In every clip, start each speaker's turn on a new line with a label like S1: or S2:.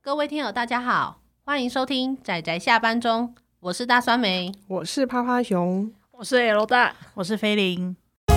S1: 各位听友大家好，欢迎收听宅宅下班中，我是大酸梅，
S2: 我是趴趴熊，
S3: 我是 L 大，
S4: 我是菲林。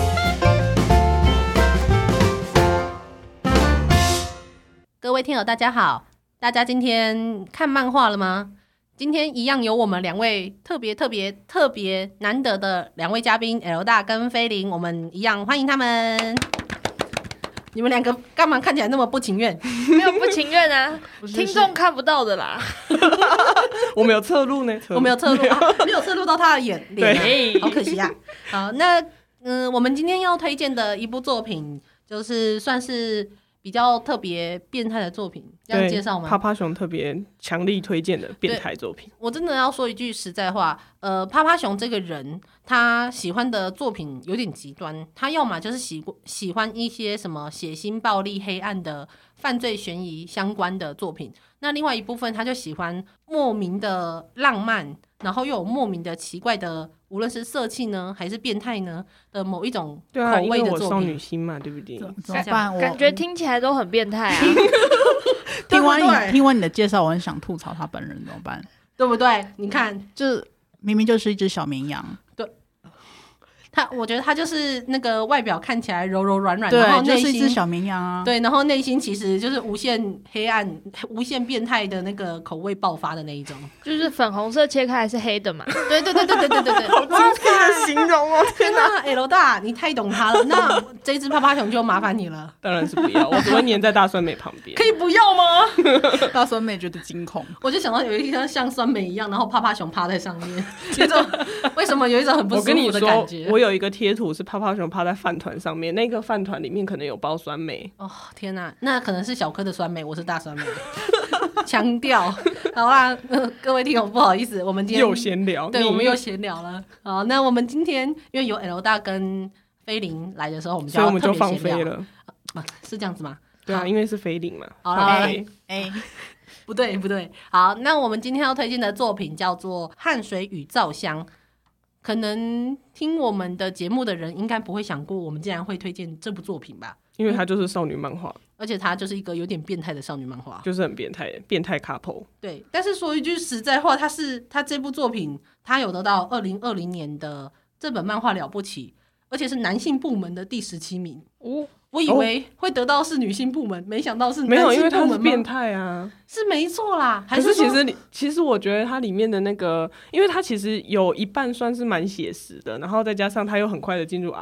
S1: 各位听友大家好，大家今天看漫画了吗？今天一样有我们两位特别难得的两位嘉宾 L 大跟菲林，我们一样欢迎他们。你们两个干嘛看起来那么不情愿？
S3: 没有不情愿啊，听众看不到的啦。
S2: 我们有侧录呢，
S1: 我们有侧录啊，没有侧录到他的脸啊，好可惜啊。好，那我们今天要推荐的一部作品，就是算是比较特别变态的作品，这样介绍吗？
S2: 趴趴熊特别强力推荐的变态作品。
S1: 我真的要说一句实在话，趴趴熊这个人，他喜欢的作品有点极端，他要么就是喜欢一些什么血腥、暴力、黑暗的犯罪悬疑相关的作品，那另外一部分他就喜欢莫名的浪漫，然后又有莫名的奇怪的，无论是色气呢还是变态呢的某一种口味的作品。
S2: 对啊，因为我少女心嘛，对不对？
S4: 怎么办？
S3: 感觉听起来都很变态啊。
S4: 听完你的介绍，我很想吐槽他本人，怎么办？
S1: 对不对？你看，
S4: 这明明就是一只小绵羊。
S1: 我觉得他就是那个外表看起来柔柔软软，
S4: 对，
S1: 然后内心
S4: 就是一只小绵羊啊。
S1: 对，然后内心其实就是无限黑暗、无限变态的那个口味爆发的那一种，
S3: 就是粉红色切开来是黑的嘛。
S1: 对，好
S2: 精辟的形容哦！
S1: 天哪，L 大，你太懂他了。那这只趴趴熊就麻烦你了。
S2: 当然是不要，我只会黏在大酸梅旁边。
S1: 可以不要吗？
S4: 大酸梅觉得惊恐，
S1: 我就想到有一个像酸梅一样，然后趴趴熊趴在上面，为什么有一种很不舒服的感觉？
S2: 我有一个贴图是趴趴熊趴在饭团上面，那个饭团里面可能有包酸梅。
S1: 哦天哪，那可能是小颗的酸梅，我是大酸梅。强调好啦，各位听友不好意思，我们今天
S2: 又闲聊，
S1: 对，我们又闲聊了。好，那我们今天因为有 L 大跟菲林来的时候，
S2: 所以我们就放飞了。
S1: 是这样子吗？
S2: 对啊，因为是菲林嘛。
S1: 好啦，不对。好，那我们今天要推荐的作品叫做《汗水与皂香》。可能听我们的节目的人应该不会想过我们竟然会推荐这部作品吧，
S2: 因为它就是少女漫画，
S1: 而且它就是一个有点变态的少女漫画，
S2: 就是很变态 couple。
S1: 对，但是说一句实在话，它这部作品它有得到2020年的这本漫画了不起，而且是男性部门的第17名哦。我以为会得到是女性部门，没想到是男性部门。
S2: 没有，因为他是变态啊，
S1: 是没错啦。
S2: 可是其实我觉得它里面的那个，因为它其实有一半算是蛮写实的，然后再加上它又很快的进入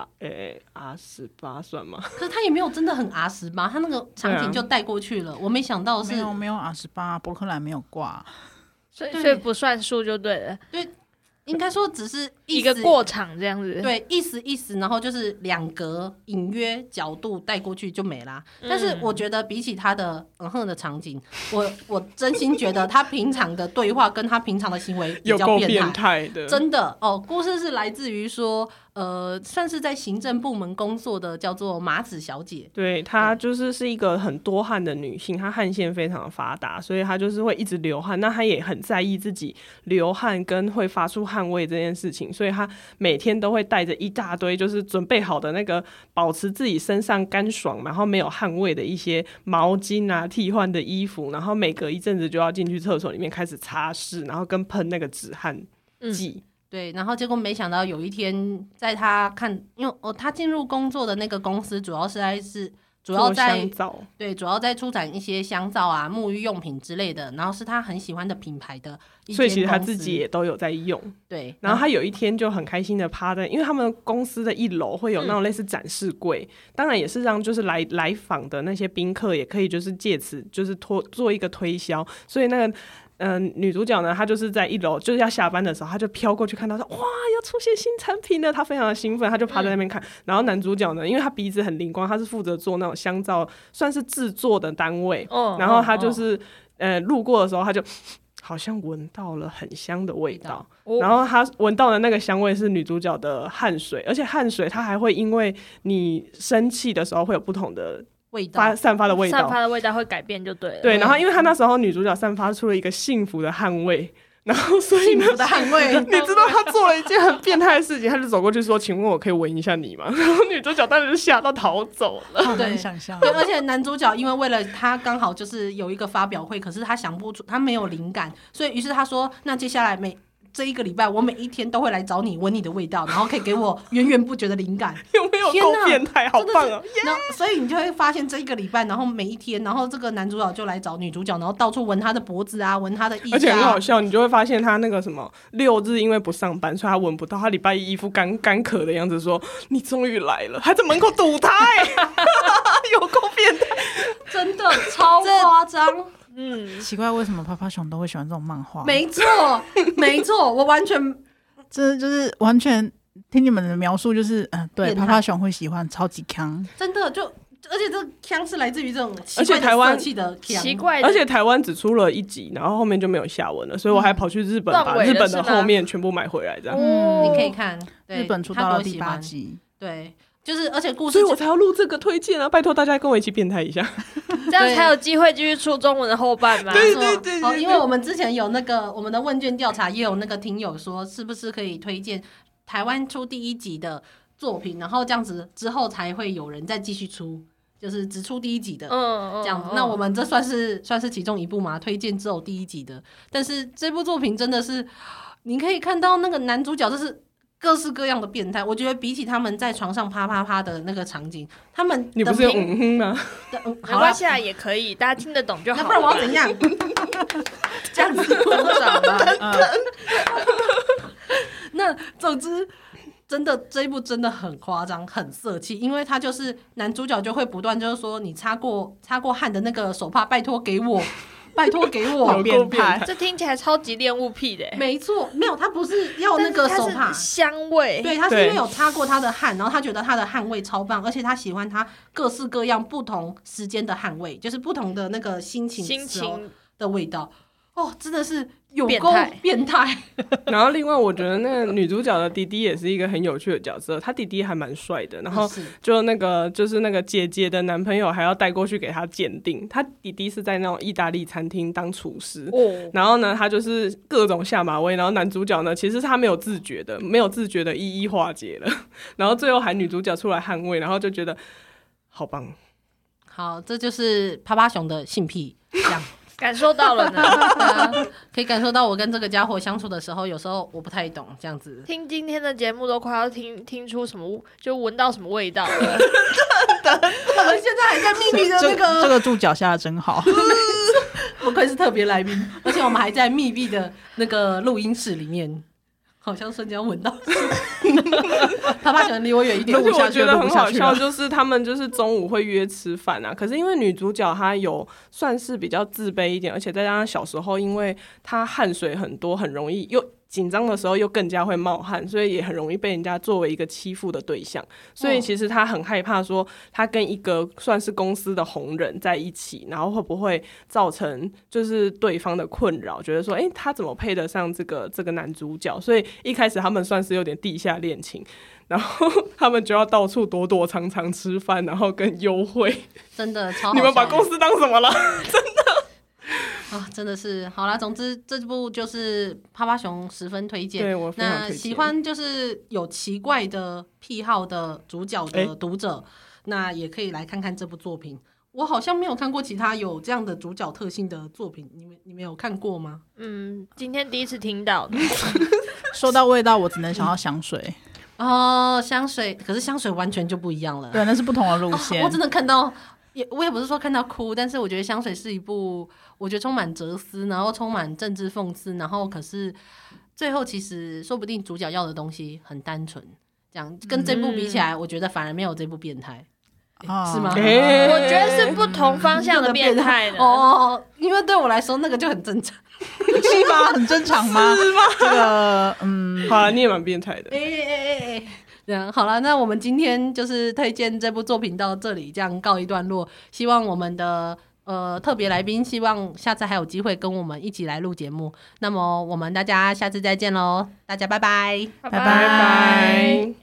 S2: R18算吗？
S1: 可是它也没有真的很 R18，它那个场景就带过去了。我没想到是
S4: 没有R18，伯克兰没有挂，
S3: 所以不算数就对了。
S1: 对。应该说只是
S3: 一个过场这样子，
S1: 对，意思，然后就是两格隐约角度带过去就没啦。但是我觉得比起他的的场景，我真心觉得他平常的对话跟他平常的行为比较变态
S2: 的，
S1: 真的哦。故事是来自于说，算是在行政部门工作的叫做麻子小姐，
S2: 对，她是一个很多汗的女性，她汗腺非常的发达，所以她就是会一直流汗。那她也很在意自己流汗跟会发出汗味这件事情，所以她每天都会带着一大堆就是准备好的那个保持自己身上干爽然后没有汗味的一些毛巾啊、替换的衣服，然后每隔一阵子就要进去厕所里面开始擦拭，然后跟喷那个止汗剂。
S1: 对，然后结果没想到有一天，在他因为他进入工作的那个公司，主要在出产一些香皂啊、沐浴用品之类的，然后是他很喜欢的品牌的一间公司，
S2: 所以其实他自己也都有在用。
S1: 对，
S2: 然后他有一天就很开心的趴在，因为他们公司的1楼会有那种类似展示柜，当然也是让就是来访的那些宾客也可以就是借此就是做一个推销，所以那个。女主角呢，她就是在1楼，就是要下班的时候，她就飘过去看到说，哇，要出现新产品了，她非常的兴奋，她就趴在那边看。然后男主角呢，因为他鼻子很灵光，他是负责做那种香皂，算是制作的单位。然后他就是路过的时候，他就好像闻到了很香的味道。然后他闻到的那个香味是女主角的汗水，而且汗水它还会因为你生气的时候会有不同的。散发的味道会改变就对了。对，然后因为她那时候女主角散发出了一个幸福的汗味， 然后所以呢，
S1: 幸福的捍卫
S2: 你知道他做了一件很变态的事情，他就走过去说：“请问我可以闻一下你吗？”然后女主角当然就吓到逃走了。
S4: 好难想象。
S1: 对，而且男主角因为为了他刚好就是有一个发表会，可是他想不出，他没有灵感，所以于是他说：“那接下来这一个礼拜，我每一天都会来找你，闻你的味道，然后可以给我源源不绝的灵感。”
S2: 有没有够变态？好棒哦！
S1: 然后，所以你就会发现这一个礼拜，然后每一天，然后这个男主角就来找女主角，然后到处闻她的脖子啊，闻她的腋下，
S2: 而且很好笑，你就会发现他那个什么6日因为不上班，所以他闻不到。他礼拜一一副干渴的样子说：“你终于来了！”还在门口堵他，有够变态，
S1: 真的超夸张。
S4: 奇怪，为什么趴趴熊都会喜欢这种漫画？
S1: 没错，没错，我完全，
S4: 这就是完全听你们的描述，就是对，
S1: 变态
S4: 趴趴熊会喜欢超级强，
S1: 真的就，而且这腔是来自于这种奇
S2: 而且
S1: 怪的
S2: 台湾
S1: 色气的腔，
S3: 奇怪的，
S2: 而且台湾只出了1集，然后后面就没有下文了，所以我还跑去日本把
S3: 断尾了
S2: 日本的
S3: 是吗
S2: 后面全部买回来，这样。
S1: 你可以看，对
S4: 日本出到了第8，集，
S1: 对，就是而且故事
S2: 所以我才要录这个推荐啊！拜托大家跟我一起变态一下。
S3: 这样才有机会继续出中文的后半嘛。
S2: 对对对
S1: 因为我们之前有那个我们的问卷调查，也有那个听友说，是不是可以推荐台湾出第1集的作品，然后这样子之后才会有人再继续出，就是只出第1集的，这样子。那我们这算是其中一部嘛？推荐只有第1集的，但是这部作品真的是，你可以看到那个男主角，就是各式各样的变态。我觉得比起他们在床上啪啪啪的那个场景，他们
S2: 你不是有吗？
S3: 没关系啊，也可以，大家听得懂就好。
S1: 那不然我要怎样？这样子鼓掌吗？那总之，真的这一部真的很夸张，很色气，因为他就是男主角就会不断就是说，你擦过汗的那个手帕，拜托给我。拜托给我，
S2: 有够变态，
S3: 这听起来超级恋物癖的。
S1: 没错，没有，他不是要那个手帕，
S3: 香味。
S1: 对，他是因为有擦过他的汗，然后他觉得他的汗味超棒，而且他喜欢他各式各样不同时间的汗味，就是不同的那个心情的味道。哦，真的是有够变态。
S2: 然后另外我觉得那个女主角的弟弟也是一个很有趣的角色，他弟弟还蛮帅的，然后就那个就是那个姐姐的男朋友还要带过去给他鉴定，他弟弟是在那种意大利餐厅当厨师，然后呢他就是各种下马威，然后男主角呢其实他没有自觉的一一化解了，然后最后还女主角出来捍卫，然后就觉得好棒。
S1: 好，这就是趴趴熊的性癖，这样
S3: 感受到了呢
S1: 可以感受到我跟这个家伙相处的时候，有时候我不太懂这样子。
S3: 听今天的节目都快要听出什么，就闻到什么味道了。
S1: 我们现在还在秘密的那个
S4: 这个注脚下的真好。
S1: 不愧是特别来宾，而且我们还在密闭的那个录音室里面。好像瞬间闻到他怕想离我远一点。
S2: 而且我觉得很好笑，就是他们就是中午会约吃饭啊，可是因为女主角她有算是比较自卑一点，而且再加上小时候因为她汗水很多，很容易又紧张的时候又更加会冒汗，所以也很容易被人家作为一个欺负的对象，所以其实他很害怕说他跟一个算是公司的红人在一起，然后会不会造成就是对方的困扰，觉得说他怎么配得上这个男主角，所以一开始他们算是有点地下恋情，然后他们就要到处躲躲藏藏吃饭，然后跟优惠，
S1: 真的超好笑。
S2: 你们把公司当什么了？真的
S1: 真的是好啦。总之这部就是趴趴熊十分推荐，
S2: 对我非常推荐。
S1: 那喜欢就是有奇怪的癖好的主角的读者，那也可以来看看这部作品。我好像没有看过其他有这样的主角特性的作品，你们有看过吗？
S3: 今天第一次听到的。
S4: 说到味道，我只能想到香水。
S1: 香水，可是香水完全就不一样了。
S4: 对，那是不同的路线。
S1: 我真的看到。我也不是说看到哭，但是我觉得香水是一部我觉得充满哲思，然后充满政治讽刺，然后可是最后其实说不定主角要的东西很单纯，这样跟这部比起来，我觉得反而没有这部变态，是吗？
S3: 我觉得是不同方向的变态的
S1: 因为对我来说那个就很正常。
S4: 是吗？很正常吗？
S2: 是吗？
S4: 这个
S2: 好了，你也蛮变态的。
S1: 好了，那我们今天就是推荐这部作品到这里，这样告一段落。希望我们的特别来宾，希望下次还有机会跟我们一起来录节目。那么我们大家下次再见喽，大家拜拜，
S3: 拜
S2: 拜拜。